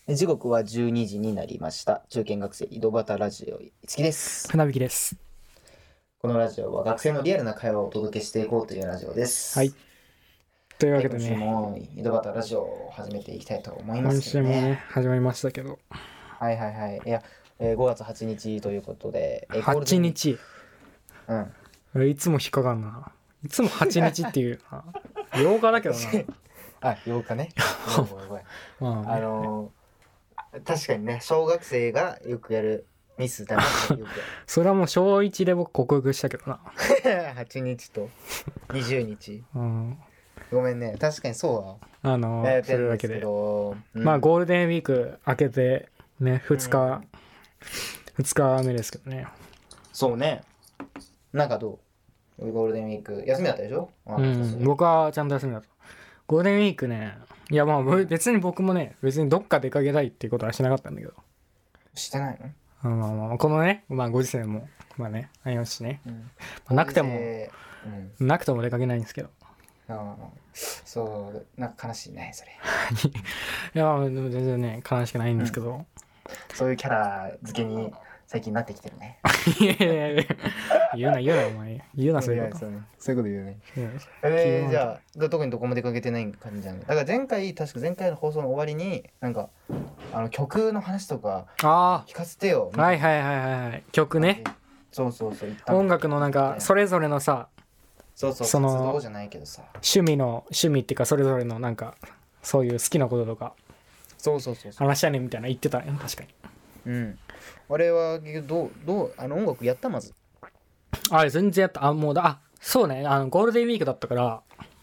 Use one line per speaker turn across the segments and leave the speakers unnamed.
時刻は12時になりました。中堅学生井戸端ラジオいつきです。
船引きです。
このラジオは学生のリアルな会話をお届けしていこうというラジオです。
はい。というわ
はい、今週
けでね、
も井戸端ラジオを始めていきたいと思いま
今
すけどね。
週もね、始まりましたけど。
はいはいはい。いや、5月8日ということで、
8日。
うん。
いつも引っかかんな。いつも8日っていう。8日だけどな。
あ、8日ね。ごめんごめん
まあね、
確かにね、小学生がよくやるミスだなってよくや
それはもう小1で僕克服したけどな。
る。8日と20日。
うん、
ごめんね、確かにそうは。やって
それ
るんですけ
だけで。
ど、
まあゴールデンウィーク明けてね、2日目ですけどね。
そうね。なんかどうゴールデンウィーク、休みだったでしょ？
僕はちゃんと休みだと。ゴールデンウィークね、いやまあ別に僕もね、別にどっか出かけたいっていうことはしなかったんだけど。
してない
まあこのね、まあご時世も、まあね、ありますしね。
の？
なくても、
うん。
出かけないんですけど。
そう、なんか悲しいね、それ。
いや、でも全然ね、悲しくないんですけど。
そういうキャラ付けに最近なってきてるね。
いやいやいや、言うな、お前。言うな、そういうこと。
そういうこと言うね。
いや
じゃあ、特にどこも出かけてない感じじゃん。だから確か前回の放送の終わりに、なんか、曲の話とか
あ
聞かせてよ。
あ、はい。曲ね。
そう。
音楽のなんか、それぞれのさ、
その活動じゃないけどさ。
趣味っていうか、それぞれのなんか、そういう好きなこととか、
そう。
話したねみたいな言ってたね、確かに。
うん。あれは、どう、音楽やったまず。
あれ、全然やった。そうね、ゴールデンウィークだったから、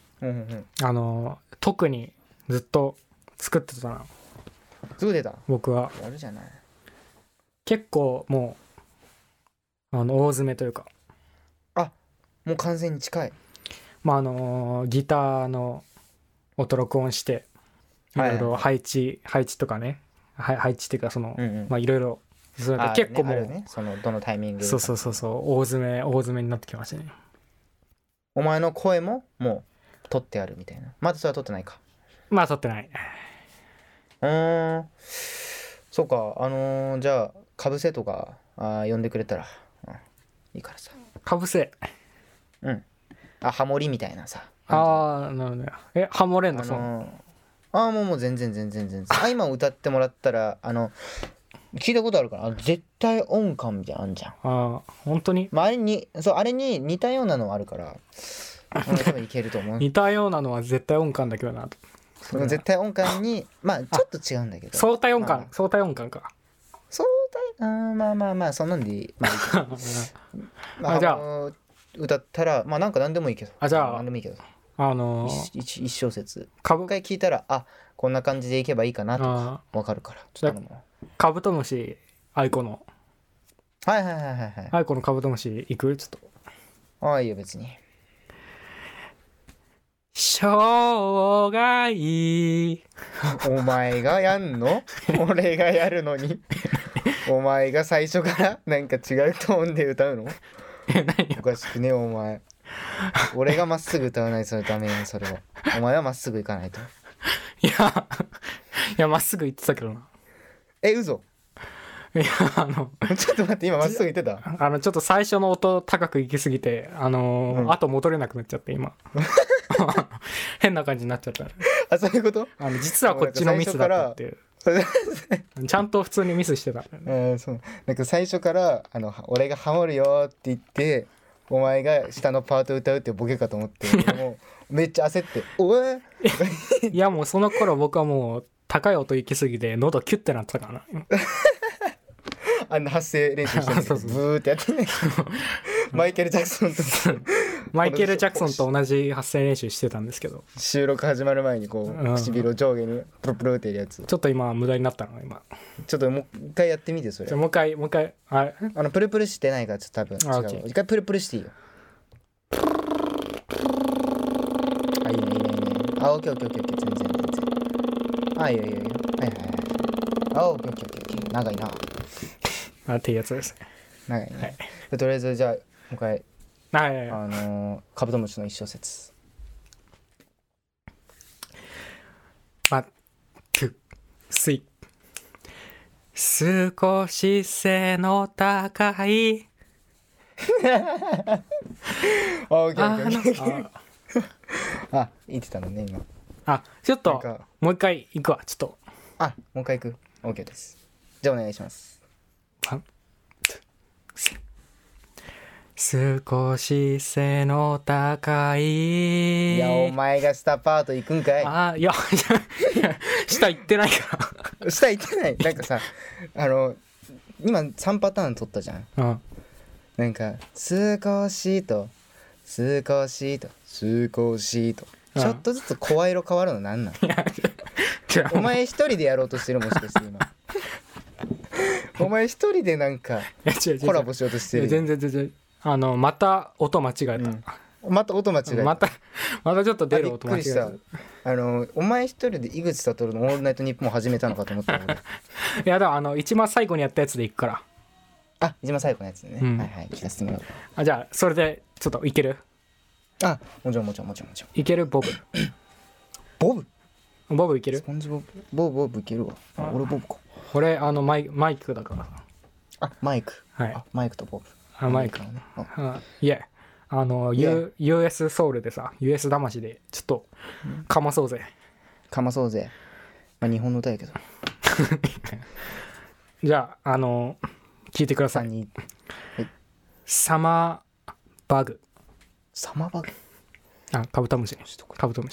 特にずっと作ってたな。
すぐ出た。
僕は。
やるじゃない。
結構もう、大詰めというか。
もう完全に近い。
まあギターの音録音していろいろ配置とかね、配置っていうかまあいろいろ結構もう、
そのどのタイミングで。
そう大詰めになってきましたね。
お前の声ももう撮ってあるみたいな。まだそれは撮ってないか。
まあ撮ってない。
そうか。じゃあかぶせとか呼んでくれたら、いいからさ。
かぶせ。
ハモリみたいなさ。
なるほどね。ハモれんの？
もう全然。今歌ってもらったら聞いたことあるから絶対音感みたいなのあんじゃん。
本当に？
あれに似たようなのあるから多分いけると思う。
似たようなのは絶対音感だけどな。
絶対音感にまあちょっと違うんだけど、
相対音感か。
相対まあそんなんでいい。じゃあ歌ったらなんか何でもいいけど。
じゃあ
何でもいいけど。一小節。一回聞いたらこんな感じでいけばいいかなとかわかるから。ちょっと
カブトムシアイコの。
はい。
アイコのカブトムシ行く？ちょっ
と。いいよ別に。
生涯
お前がやんの？俺がやるのに。お前が最初からなんか違うトーンで歌うの？おかしくねお前。俺がまっすぐ歌わないとダメよそれは。お前はまっすぐ行かないと。
いやまっすぐ行ってたけどな。
嘘？
いや
ちょっと待って、今まっすぐ行ってた？
ちょっと最初の音高く行きすぎてあと戻れなくなっちゃって今変な感じになっちゃった。
そういうこと？
実はこっちのミスだったっていう。ちゃんと普通にミスしてた。
そうなんか最初から俺がハモるよって言ってお前が下のパート歌うってボケかと思ってもうめっちゃ焦って
いやもうその頃僕はもう高い音行きすぎて喉キュッてなってたから
な。発声練習してるブーってやってね。マイケル・ジャクソンと
同じ発声練習してたんですけど、
収録始まる前に唇を上下にプルプルってやるやつ。
ちょっと今無駄になったの今。
ちょっともう一回やってみてそれ。
もう一回
プルプルしてないからちょっと多分違う。一回プルプルしていいよ。いいね。オッケー全然。いいよ。はい。オッケー。長いな。
っていうやつですね。
長いね。とりあえずじゃあもう一回。カブトムシの一小節。
1、2、3 少し背の高い
オッケーオッケーオッケーあ、言ってたのね今。
ちょっと
なんか
もう一回行くわ。ちょっと
もう一回行く。オッケーです。じゃあお願いします。
少し背の高い。
いや、お前が下パート行くんかい。
いや下行ってないか
下行ってない。なんかさ、今3パターン取ったじゃん。
ら
なんか少しと少しと少しとちょっとずつ声色変わるのなんなん？お前一人でやろうとしてるもしかして今。お前一人でなんかコラボしようとしてる。
全然また音間違えた、
また音間違えた。
またちょっと出る音間違えた。
お前一人で井口悟のオールナイトニッポンを始めたのかと思った俺。
いやだから一番最後にやったやつでいくから。
一番最後のやつでね、はいはい、聞かせてもらう。
じゃあそれでちょっといける？
もちろん
いける？ボブボブいける？
スポンジボブいけるわ。俺ボブか。
俺マイクだから。
マイク。
はい。
マイクとボブ。
マイク。いえUS ソウルでさ US 魂でちょっとかまそうぜ。
まあ日本の歌やけど。
じゃあ聞いてください。
はい、
サマーバグ。カブトムシどこ行った？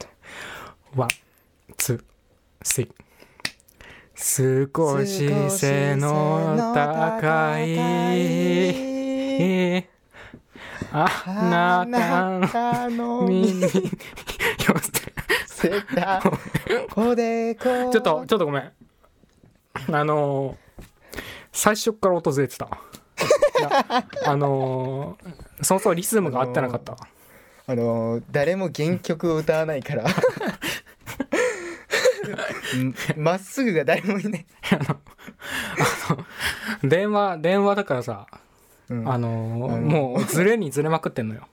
ワンツースリー。少し背の高いあなたの耳寄せたこでこちょっとごめん。最初から音ずれてた。そもそもリズムが合ってなかった。
誰も原曲を歌わないからまっすぐが誰もいない。
電話だからさ、もうずれにずれまくってんのよ。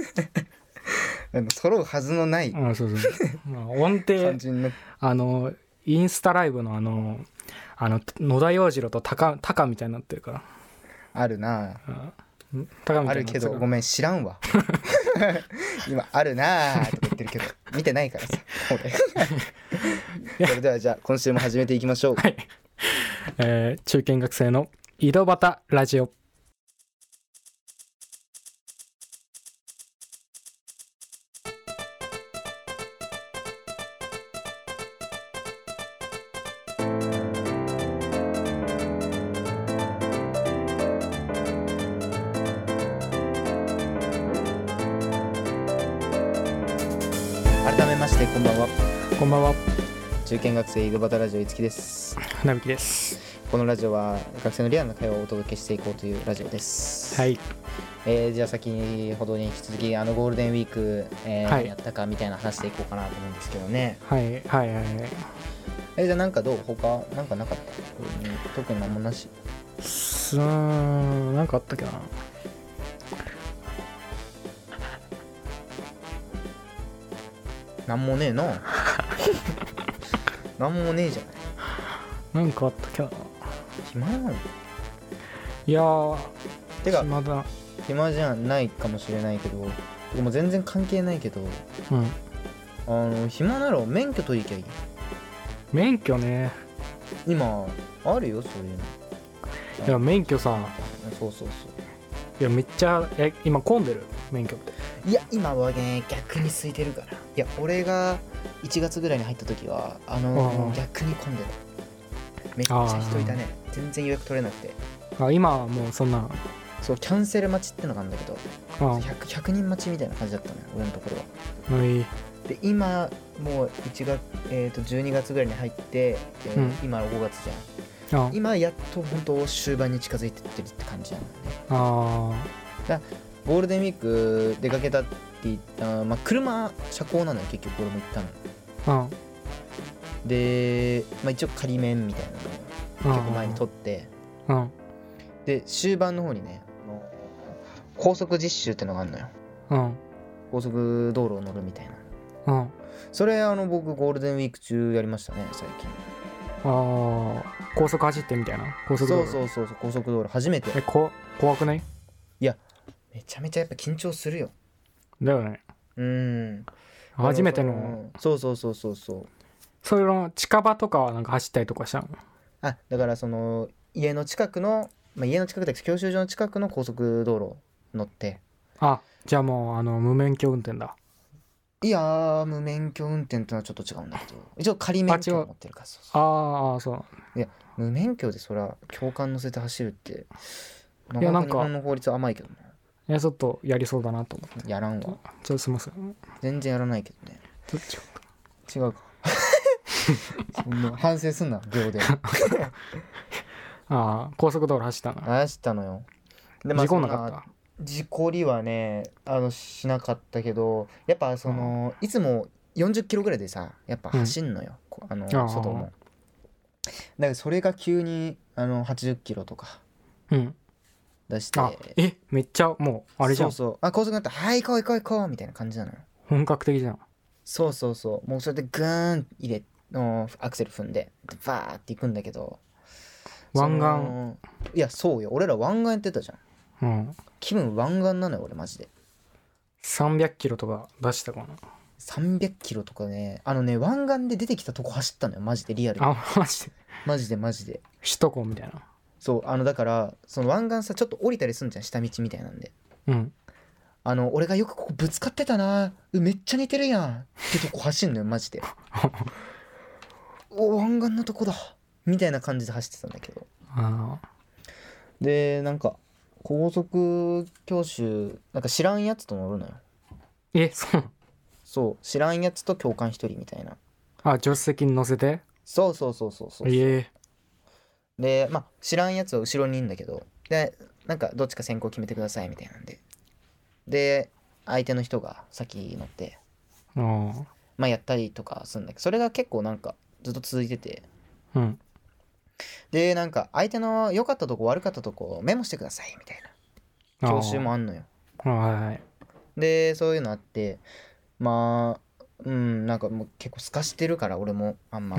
揃うはずのない。
そう音程インスタライブの野田洋次郎とタカみたいになってるから。
あるな。あるけどごめん知らんわ。今あるなとか言ってるけど見てないからさ俺。それではじゃあ今週も始めていきましょう。
はい。中堅学生の井戸端ラジオ。
改めましてこんばんは。
こんばんは。
中堅学生井戸端ラジオいつきです。
なびきです。
このラジオは学生のリアルな会話をお届けしていこうというラジオです。
はい。
じゃあ先ほどに引き続きゴールデンウィーク、
はい、
やったかみたいな話でいこうかなと思うんですけどね。
はいはいはいはい。
じゃあなんかどう？他なんかなかった？特に何もなし？
なんかあったっけな。
なんもねえな。なんもねえじゃ
ない。なんかあったっけな。
暇なの？
いやー
てか暇じゃないかもしれないけど、でも全然関係ないけど、暇なら免許取りきゃいい。
免許ね。
今あるよそういうの。
いや免許さ。
そう。
いやめっちゃ今混んでる免許って。
いや今はね逆に空いてるから。いや俺が1月ぐらいに入った時は逆に混んでた。めっちゃ人いたね。全然予約取れなくて。
今はもうそんな。
そうキャンセル待ちってのがあるんだけど、100人待ちみたいな感じだったのよ俺のところは。で今もう12月ぐらいに入って、今5月じゃん。今やっと本当終盤に近づいてってるって感じなんだね。だゴールデンウィーク出かけたって言った、車車高なのよ結局俺も行ったの。で、一応仮免みたいなのを結構前に取って、で終盤の方にね高速実習ってのがあるのよ。高速道路を乗るみたいな。それ僕ゴールデンウィーク中やりましたね最近。
高速走ってみたいな、高速道路。
そう高速道路初めて。
怖くない？
いやめちゃめちゃやっぱ緊張するよ。
だよね。初めての。
そう
それの近場とかはなんか走ったりとかしたの？
だからその家の近くの、家の近くだけど教習所の近くの高速道路乗って。
じゃあもう無免許運転だ。
いやー無免許運転とはちょっと違うんだけど、一応仮免許持ってるから。
そう。
いや無免許でそら教官乗せて走るってなかなか日本の法律は甘いけどな。
いやちょっとやりそうだなと思って。
やらんわ。
ちょっとすいません。
全然やらないけどね。違うか。そんな反省すんな秒で。
高速道路走った
のよ。
で事故なかった？
事故りはねしなかったけど、やっぱそのいつも40キロぐらいでさやっぱ走んのよ、外も。だからそれが急に80キロとか出して、
めっちゃもうあれじゃん。
そう高速になったらはい行こうみたいな感じなのよ。
本格的じゃん。
そうもうそれでグーン入れアクセル踏んでバーって行くんだけど、
湾岸。
いやそうよ、俺ら湾岸やってたじゃ
ん。
気分湾岸なのよ俺マジで。
300キロとか出したかな。
300キロとかね、湾岸で出てきたとこ走ったのよマジで、リアルに。マジで
首都高みたいな。
そうだからその湾岸さちょっと降りたりすんじゃん、下道みたいなんで。俺がよくここぶつかってたな、めっちゃ似てるやんってとこ走んのよマジで。湾岸のとこだみたいな感じで走ってたんだけど。でなんか高速教習なんか知らんやつと乗るのよ。そう知らんやつと教官一人みたいな。
助手席に乗せて。
そうで知らんやつは後ろにいんだけど、でなんかどっちか先行決めてくださいみたいなんで相手の人が先乗ってやったりとかするんだけど、それが結構なんかずっと続いてて、でなんか相手の良かったとこ悪かったとこメモしてくださいみたいな教習もあんのよ。でそういうのあって、なんかもう結構すかしてるから俺も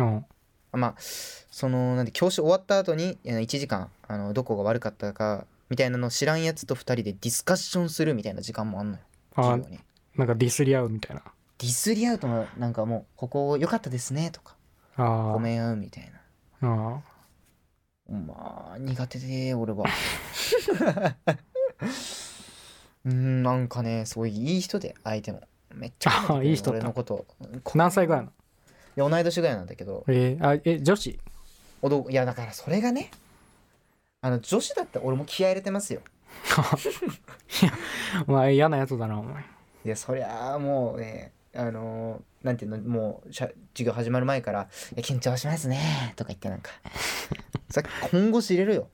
そのなんで教習終わった後に1時間どこが悪かったかみたいなの知らんやつと2人でディスカッションするみたいな時間もあんのよ。
なんかディスり合うみたいな。
ディスり合うとなんかもうここ良かったですねとか褒め合うみたいな。苦手で俺は。なんかねすごいいい人で相手もめっちゃ
いい人。
俺のこと
何歳ぐらいの？
いや同い年ぐらいなんだけど。
女子？
いやだからそれがね女子だったら俺も気合入れてますよ。
いやお前嫌なやつだなお前。
いやそりゃもうねなんていうの、もう授業始まる前から「緊張しますね」とか言ってなんかさっき本腰入れるよ。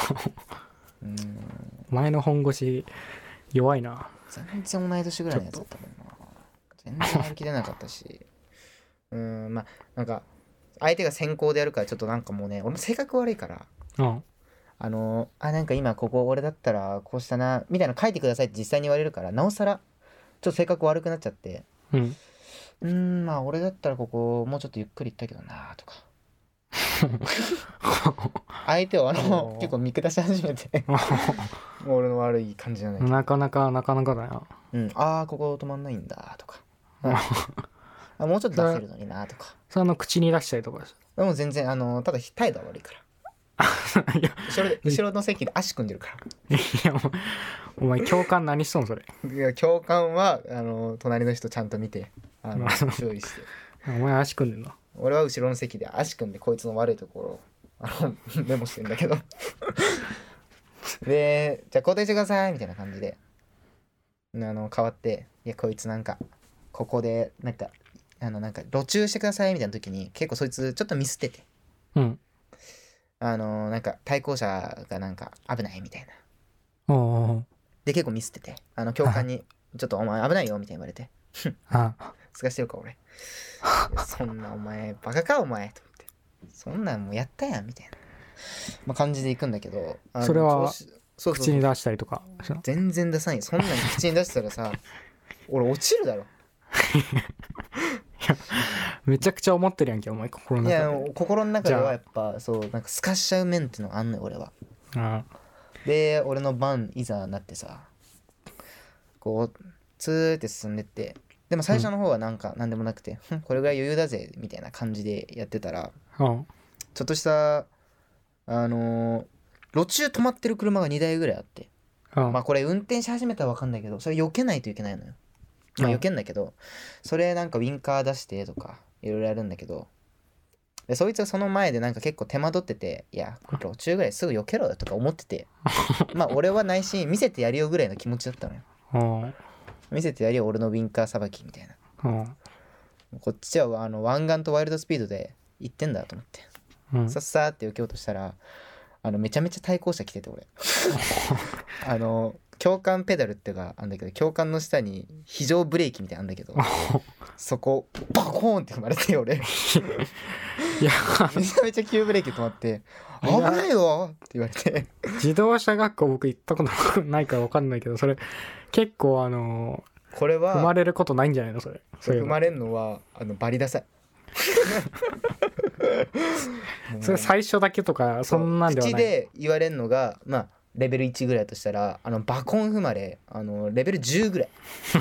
前の本腰弱いな。
全然同い年ぐらいのやつだったもんな。全然やる気出なかったしなんか相手が先行でやるからちょっとなんかもうね俺も性格悪いからなんか今ここ俺だったらこうしたなみたいな書いてくださいって実際に言われるからなおさらちょっと性格悪くなっちゃって、俺だったらここもうちょっとゆっくり言ったけどなとか相手を結構見下し始めてもう俺の悪い感じじゃないけど
なかなかだよ。
ここ止まんないんだとかもうちょっと出せるのになとか。
それ口に出したりとか。
でも全然ただ態度は悪いから後ろの席で足組んでるから。
いやお前教官何しとんそれ。
いや教官は隣の人ちゃんと見て注意して。
お前足組んでんの？
俺は後ろの席で足組んでこいつの悪いところをメモしてんだけどでじゃあ交代してくださいみたいな感じで変わって、いやこいつなんかここでなんか路駐してくださいみたいな時に結構そいつちょっとミスってて、なんか対向車がなんか危ないみたいなで結構ミスってて教官にちょっとお前危ないよみたいに言われてすかしてるか俺そんなお前バカかお前と思って、そんなんもうやったやんみたいな、感じで行くんだけど、
それは口に出したりとか
全然出さんよ。そんなん口に出したらさ俺落ちるだろ。
めちゃくちゃ思ってるやんけお前心の
い
中で。
や心の中ではやっぱそうなんか透かしちゃう面っていうのがあんのよ俺は。
あ
で俺の番いざなってさこうツーって進んでって、でも最初の方はなんか何でもなくて、これぐらい余裕だぜみたいな感じでやってたら、
あ
ちょっとした路中止まってる車が2台ぐらいあって、
あ
まあこれ運転し始めたら分かんないけど、それ避けないといけないのよ。まあ避けんだけど、それなんかウィンカー出してとかいろいろやるんだけど、でそいつがその前でなんか結構手間取ってて、いや路中ぐらいすぐ避けろよとか思ってて、まあ俺は内心見せてやるよぐらいの気持ちだったのよ。見せてやるよ俺のウィンカーさばきみたいな。こっちは湾岸とワイルドスピードで行ってんだと思って、さっさーって避けようとしたらめちゃめちゃ対向車来てて俺共感ペダルってがあんだけど、共感の下に非常ブレーキみたいなあんだけどそこバコーンって踏まれて俺いやめちゃめちゃ急ブレーキ止まって危ないよって言われて
自動車学校僕行ったことないから分かんないけど、それ結構
これは
踏まれることないんじゃないのそれ。
踏まれるのはバリダサい
それ最初だけとかそんなんではない。
口で言われるのがまあレベル1ぐらいとしたらバコン踏まれレベル10ぐらい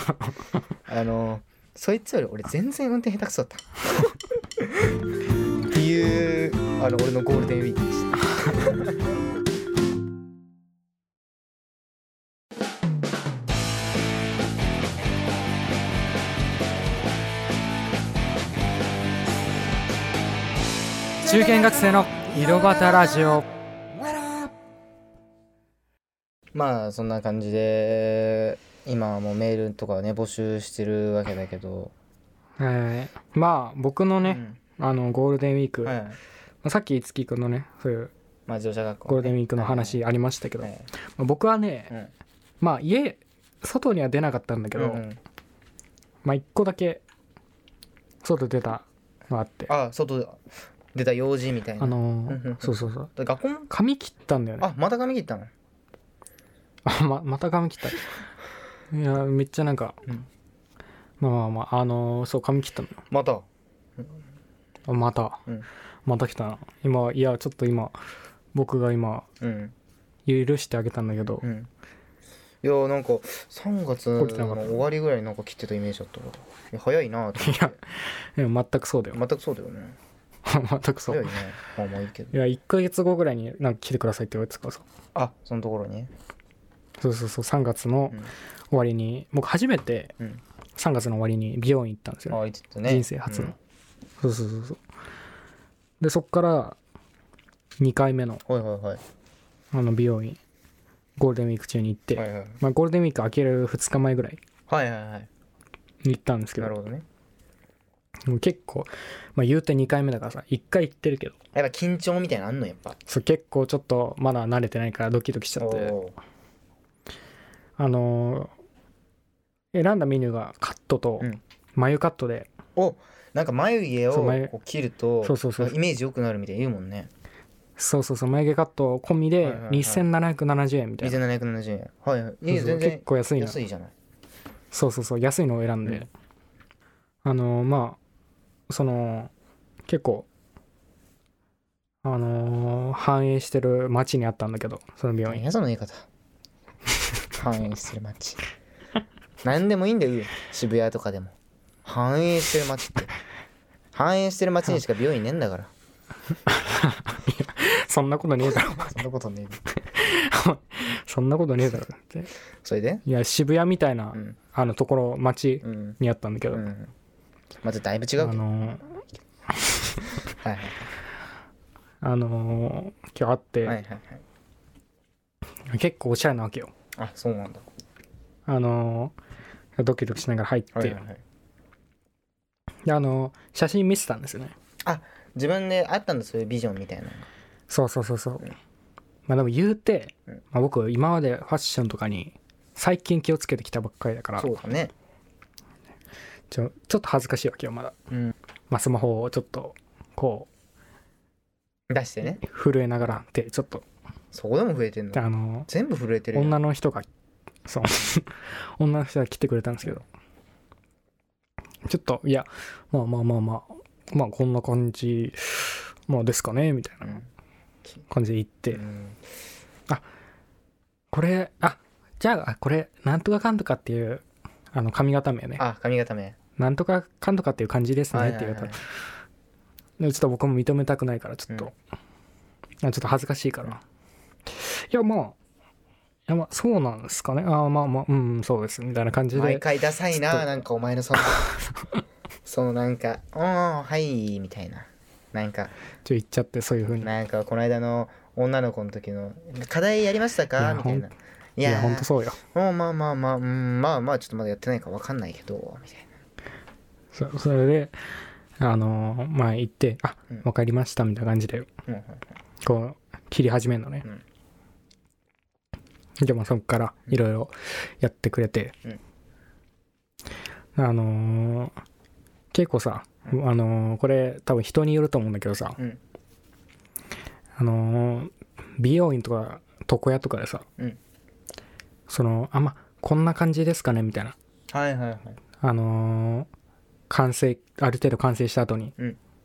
そいつより俺全然運転下手くそだったっていう俺のゴールデンウィークでした
中堅学生の井戸端ラジオ。
まあそんな感じで今はもうメールとかね募集してるわけだけど、
まあ僕のね、ゴールデンウィーク、さっき樹くんのねそういう
自動車学校、
ゴールデンウィークの話ありましたけど、僕はね、まあ外には出なかったんだけど、まあ1個だけ外出たのあって、
外出た用事みたいな、
そうそうそう、
学校
髪切ったんだよね。
また髪切ったの？
また髪切った。いやめっちゃなんか、まあそう髪切ったのよ。
また
来たな今。いやちょっと今僕が今、許してあげたんだけど、
いやなんか3月の終わりぐらいになんか切ってたイメージだったから、早いなと思って。
いや全くそうだよ。
全くそうだよね。
全くそう。
早いね。まあいいけど。
いや1ヶ月後ぐらいになんか来てくださいって言われてたからさ。
そのところに。
そう3月の終わりに、僕初めて3月の終わりに美容院行ったんですよ、
言ってたね、
人生初の、そうでそっから2回目の美容院ゴールデンウィーク中に行って、まあ、ゴールデンウィーク明ける2日前ぐらいに行ったんですけど、
なるほどね。
結構、まあ、言うて2回目だからさ1回行ってるけど
やっぱ緊張みたいなのあんの？やっぱ
そう結構ちょっとまだ慣れてないからドキドキしちゃって、選んだメニューがカットと眉カットで、
なんか眉毛をこう切るとイメージ良くなるみたいな言うもんね。
そう眉毛カット込みで2770円みたいな。
2770円。全然
結構安い
じゃない。
そう安いのを選んで、まあその結構繁栄してる町にあったんだけど、その病院。
その言い方。繁栄してる町。何でもいいんだよ、渋谷とかでも。繁栄してる町って。繁栄してる町にしか美容院ねえんだから。
そんなことねえだろ。
そんなことね
え。そんなことねえだろって。
それで？
いや渋谷みたいな、ところ町にあったんだけど。
まただいぶ違うけど。
今日会って、結構おしゃれなわけよ。
そうなんだ。
ドキドキしながら入って、で写真見せたんですよね。
自分であったんだ、そういうビジョンみたいな。
そう、まあでも言うて、まあ、僕今までファッションとかに最近気をつけてきたばっかりだから、
そうだね、
ちょっと恥ずかしいわけよまだ、まあスマホをちょっとこ
う出してね、
震えながら手ちょっと、
そこでも震えてんの？全部震えてるよ。
女の人が女の人が来てくれたんですけど、ちょっといやまあまあこんな感じまあですかねみたいな感じで言って、あこれじゃあこれなんとかかんとかっていう髪型名ね。
髪型名
なんとかかんとかっていう感じですねって言うと、ちょっと僕も認めたくないからちょっと恥ずかしいから、いやまあそうなんですかね、まあそうですみたいな感じで、
毎回ダサいな、なんかお前のそのなんかはいみたいな、なんか
言っちゃって、そういう風に
なんかこの間の女の子の時の課題やりましたかみたいな、
いやほんとそうよ。
まあまあちょっとまだやってないか分かんないけどみたい
な、それでまあ言って分かりましたみたいな感じでこう切り始めるのね、でもそっからいろいろやってくれて、結構さ、これ多分人によると思うんだけどさ、美容院とか床屋とかでさ、まこんな感じですかねみたいな、完成ある程度完成した後に、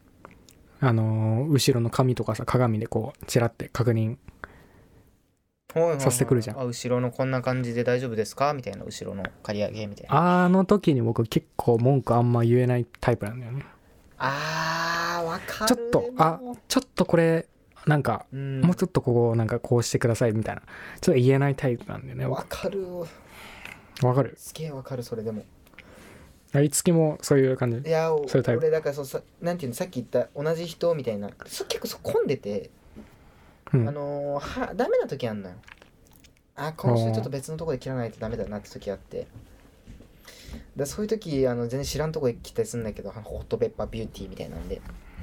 後ろの髪とかさ鏡でこうチラって確認させてくるじゃん。
後ろのこんな感じで大丈夫ですかみたいな、後ろの刈り上げみたいな。
時に僕結構文句あんま言えないタイプなんだよね。
わかる。
ちょっとこれなんか、もうちょっとここなんかこうしてくださいみたいな、ちょっと言えないタイプなんだよね。
わかる。すげえわかる。それでも
いつきもそういう感じ。
いや
そういうタイプ。
俺だからなんていうの、さっき言った同じ人みたいな、結構混んでて、ダメな時あんのよ。今週ちょっと別のとこで切らないとダメだなって時あって、そういう時全然知らんとこで切ったりするんだけど、ホットペッパービューティーみたいなんで、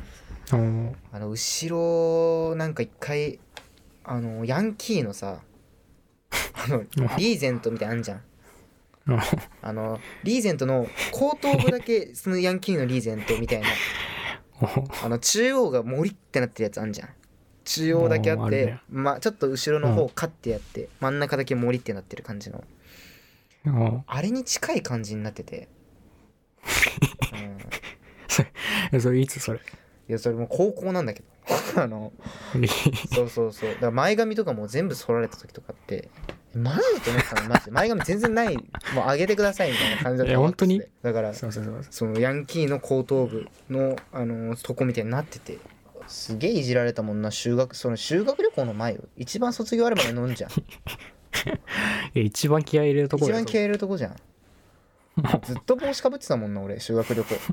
後ろなんか一回ヤンキーのさリーゼントみたいなのあんじゃん。リーゼントの後頭部だけそのヤンキーのリーゼントみたいな中央がモリってなってるやつあんじゃん。中央だけあって、ちょっと後ろの方カッてやって、真ん中だけモリってなってる感じの、あれに近い感じになってて
それいつそれ？
いやそれも高校なんだけどそうだから前髪とかも全部剃られた時とかってマジで思ったの。マジで前髪全然ない、もう上げてくださいみたいな感じだったの。
本当に
だからそのヤンキーの後頭部のとこみたいになってて、すげえいじられたもんな。修学旅行の前よ。一番卒業あるまで飲んじゃん
一番気合い入れるとこ
じゃん。ずっと帽子かぶってたもんな俺、修学旅行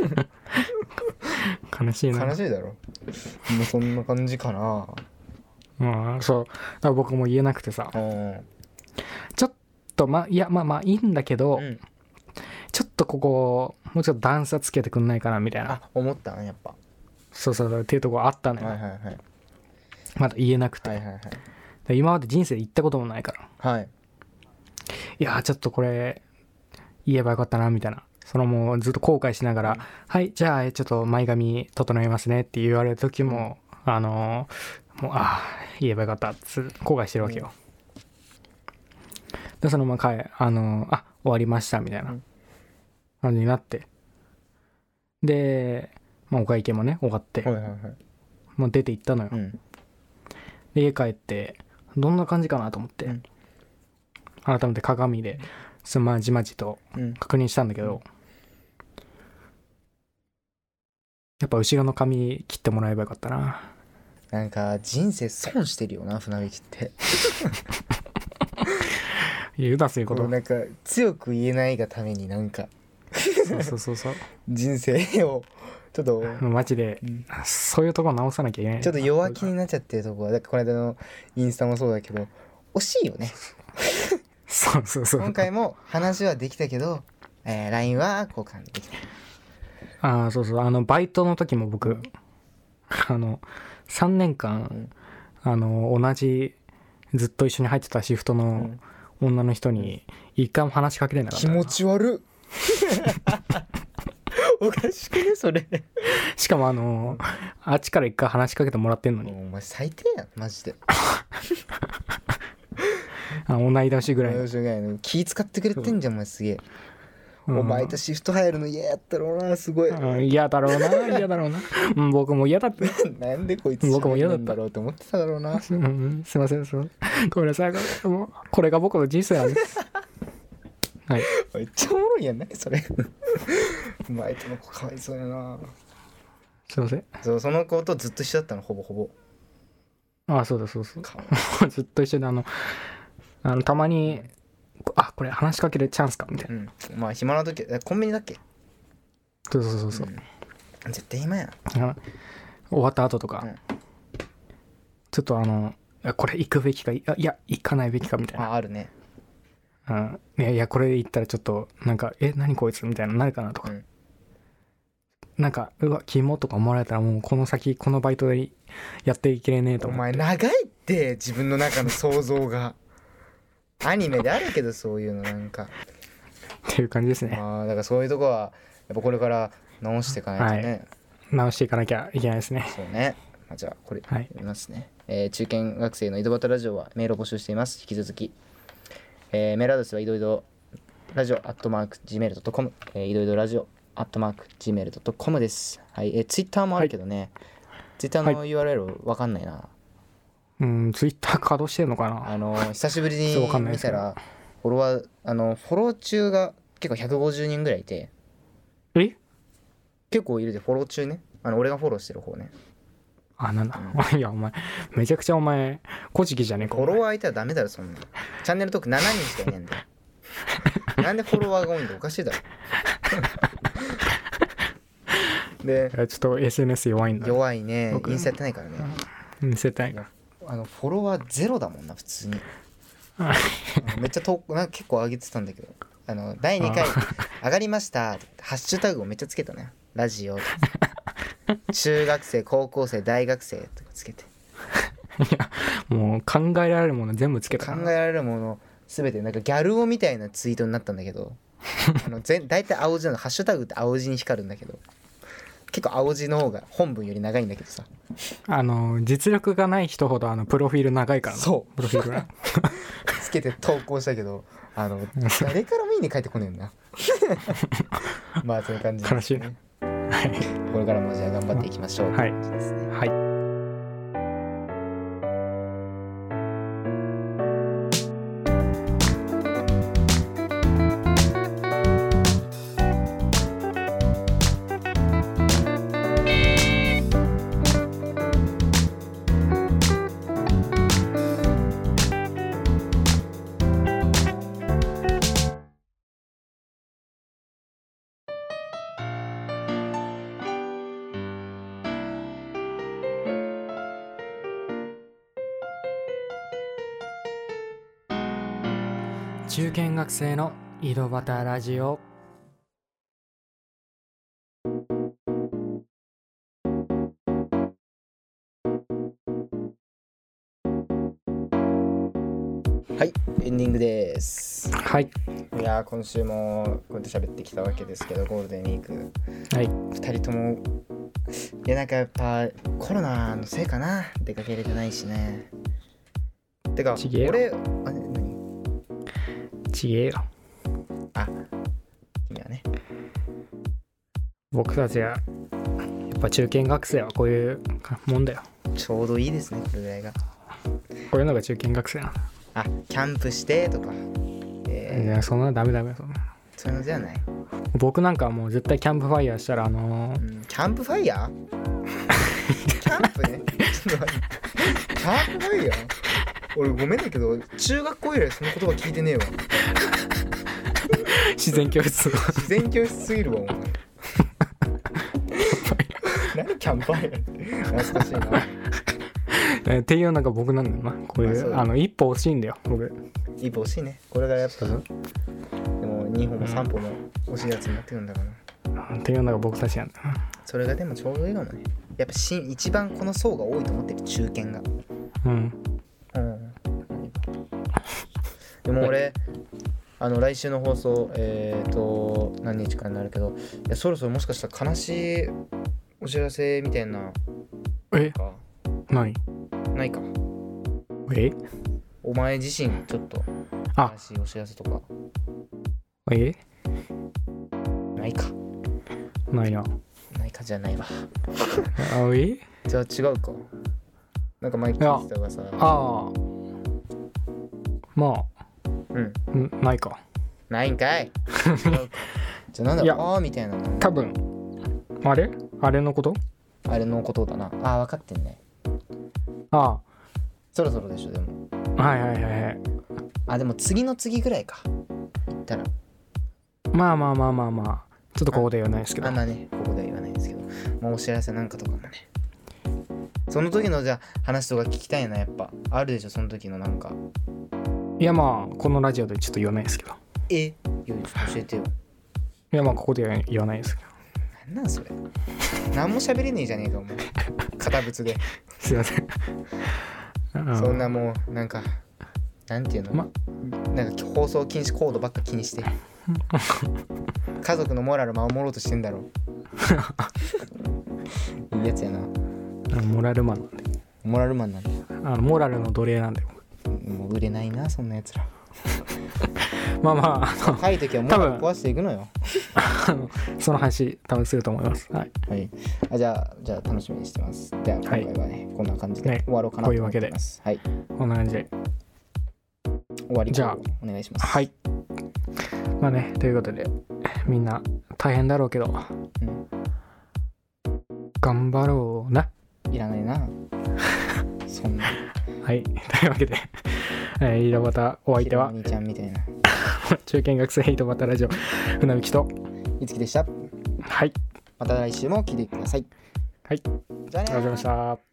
悲しいな。
悲しいだろ。もうそんな感じかな。
そうだから僕も言えなくてさ、ちょっといやまあいいんだけど、ちょっとここもうちょっと段差つけてくんないかなみたいな
思ったんやっぱ。
そうっていうとこあったのよ。まだ言えなくて、今まで人生で言ったこともないから、いやちょっとこれ言えばよかったなみたいな、もうずっと後悔しながら、はいじゃあちょっと前髪整えますねって言われる時も、もう言えばよかったって後悔してるわけよ。でそのまま終わりましたみたいな感じになって、でお会計もね終わって、もう出て行ったのよ。で家帰ってどんな感じかなと思って、改めて鏡でまじまじと確認したんだけど、やっぱ後ろの髪切ってもらえばよかったな。
なんか人生損してるよな、船引きって
言うな、そういうこと。
なんか強く言えないがためになんか
そう
人生をちょっと
マジで、そういうとこ直さなきゃいけない。
ちょっと弱気になっちゃってるとこは、だからこの間のインスタもそうだけど惜しいよね
そう
今回も話はできたけど、LINE は交換できた。
そうバイトの時も僕3年間、同じずっと一緒に入ってたシフトの女の人に一回も話しかけれなかった。
気持ち悪っおかしくねそれ
しかもあっちから一回話しかけてもらってんのに、
お前最低やんマジで
同い年ぐらい
気使ってくれてんじゃんお前、すげえ。 お前とシフト入るの嫌やったろうな、すごい。
嫌だろうな、嫌だろうな。僕も嫌だって。
なんでこいつ
僕も嫌だった
んだろうと思ってただろうな。
すいません、ごめんなさい。もうこれが僕の人生なんです。はい。
めっちゃおもろいやんね、それ。お前との子かわいそうやな。
すいません。
その子とずっと一緒だったの、ほぼほぼ。
そうだ。ずっと一緒でたまにこれ話しかけるチャンスかみたいな。
まあ暇な時コンビニだっけ。
そう、
絶対暇や。
終わった後とか、ちょっとこれ行くべきか、いや行かないべきかみたいな。
あるね。
いやこれ言ったらちょっとなんか何こいつみたいななるかなとか、なんかうわキモとか思われたらもうこの先このバイトでやっていけねえと思って。
お前長いって自分の中の想像が。アニメであるけどそういうのなんか
っていう感じですね。
だからそういうとこはやっぱこれから直していかないとね、
直していかなきゃいけないですね。
そうね。じゃあこれ読みますね。中堅学生の井戸端ラジオはメールを募集しています。引き続き、メールアドレスは井戸井戸ラジオ@gmail.com、井戸井戸ラジオ@gmail.com です。はい、ツイッターもあるけどね、ツイッターの URL わかんないな。
ツイッター稼働してるのか
な。久しぶりに見たらフォロワーフォロー中が結構150人ぐらいいて。結構いるで、フォロー中ね。俺がフォローしてる方ね。
なんだ、いやお前めちゃくちゃお前古事記じゃねえか。
フォロワーいたらダメだろそんな。チャンネル登録7人しかいねえんだよ。なんでフォロワーが多いんだ、おかしいだろ。で
ちょっと SNS 弱いんだ。
弱いね。インスタやってないからね。
インスタやってないから。
フォロワーゼロだもんな普通に。めっちゃなんか結構上げてたんだけど、第2回上がりましたハッシュタグをめっちゃつけたね。ラジオ中学生高校生大学生とかつけて。
いやもう考えられるもの全部つけた。
考えられるもの全てなんかギャル男みたいなツイートになったんだけど大体青字なの。ハッシュタグって青字に光るんだけど、結構青字の方が本文より長いんだけどさ、
実力がない人ほどプロフィール長いから。
そう
プロフィールが
つけて投稿したけど誰からもいいね書いてこねえんだ。まあそういう感じですね。
悲しいね。はい、
これからもじゃあ頑張っていきましょう。
はい、
はい。
中堅学生の井戸端ラジオ。
はい、エンディングです。
はい。
いや今週もこうやって喋ってきたわけですけど、ゴールデンウィーク、
はい、
2人ともいやなんかやっぱコロナのせいかな、出かけれてないしね。てか俺
ちげえよ。
君はね。
僕たちはやっぱ中堅学生はこういうもんだよ。
ちょうどいいですね、これぐらいが。
こういうのが中堅学生な
の。キャンプしてとか。
いやそんなダメそんな。
そういうのじゃない。
僕なんかもう絶対キャンプファイヤーしたら
キャンプファイヤーキャンプね。ちょっと待って。キャンプファイヤー俺ごめんだけど中学校以来その言葉聞いてねえわ。
自然教室
すぎるわお前。何キャンプファイヤーって懐かしい
な。っていうのが僕なんだよな。こういう一歩惜しいんだよ僕。
一歩惜しいね。これがやっぱでも2歩も3歩も惜しいやつになってるんだから。
っていうのが僕たちなんだよな。
それがでもちょうどいいかもね。やっぱ一番この層が多いと思ってる、中堅が。でも俺来週の放送何日かになるけど、いやそろそろもしかしたら悲しいお知らせみたいな。ないか。お前自身ちょっと悲しいお知らせとか。 ないか。
ないな。
ないかじゃないわ。
あおい
じゃあ違うか。なんか前聞いてたがさ。
ああ。まあ。ないか。
ないんかい。違うか。じゃあなんだろう。ああみたいな。
多分。あれのこと？
あれのことだな。ああ分かってんね。
ああ。
そろそろでしょでも。
はい。
あでも次の次ぐらいか。言ったら。
まあ。ちょっとここで言わないですけど。
あんなね、ここで言わないですけど。まあお知らせなんかとかもね。その時のじゃあ話とか聞きたいなやっぱ。あるでしょその時のなんか。
いやまあこのラジオでちょっと言わないですけど。
いや教えてよ。
いやまあここでは言わないですけど。
なんそれ。何も喋れねえじゃねえかお前。堅物で。
すいません。
そんなもうなんかなんていうの、なんか放送禁止コードばっか気にして家族のモラル守ろうとしてんだろ。いいやつやな。
モラルマンなんで。
モラルマンなんだ。
モラルの奴隷なんで。
もう売れないなそんなやつら。
まあ
若い時はモラル壊していくのよ。
その話多分すると思います。はい。
じゃあ楽しみにしてます。じゃあ今回はね、こんな感じで終わろうかなと思ってます。
はい。こんな感じで
終わり。じゃあお願いします。
はい。まあねということでみんな大変だろうけど、頑張ろうな。
いらないな。そんな。
はい。というわけで、井戸端お相手は。
お兄ちゃんみたいな。
中堅学生井戸端ラジオ船引と
いつきでした。
はい。
また来週も聞いてください。
はい。
じゃあねー。
ありがとうございました。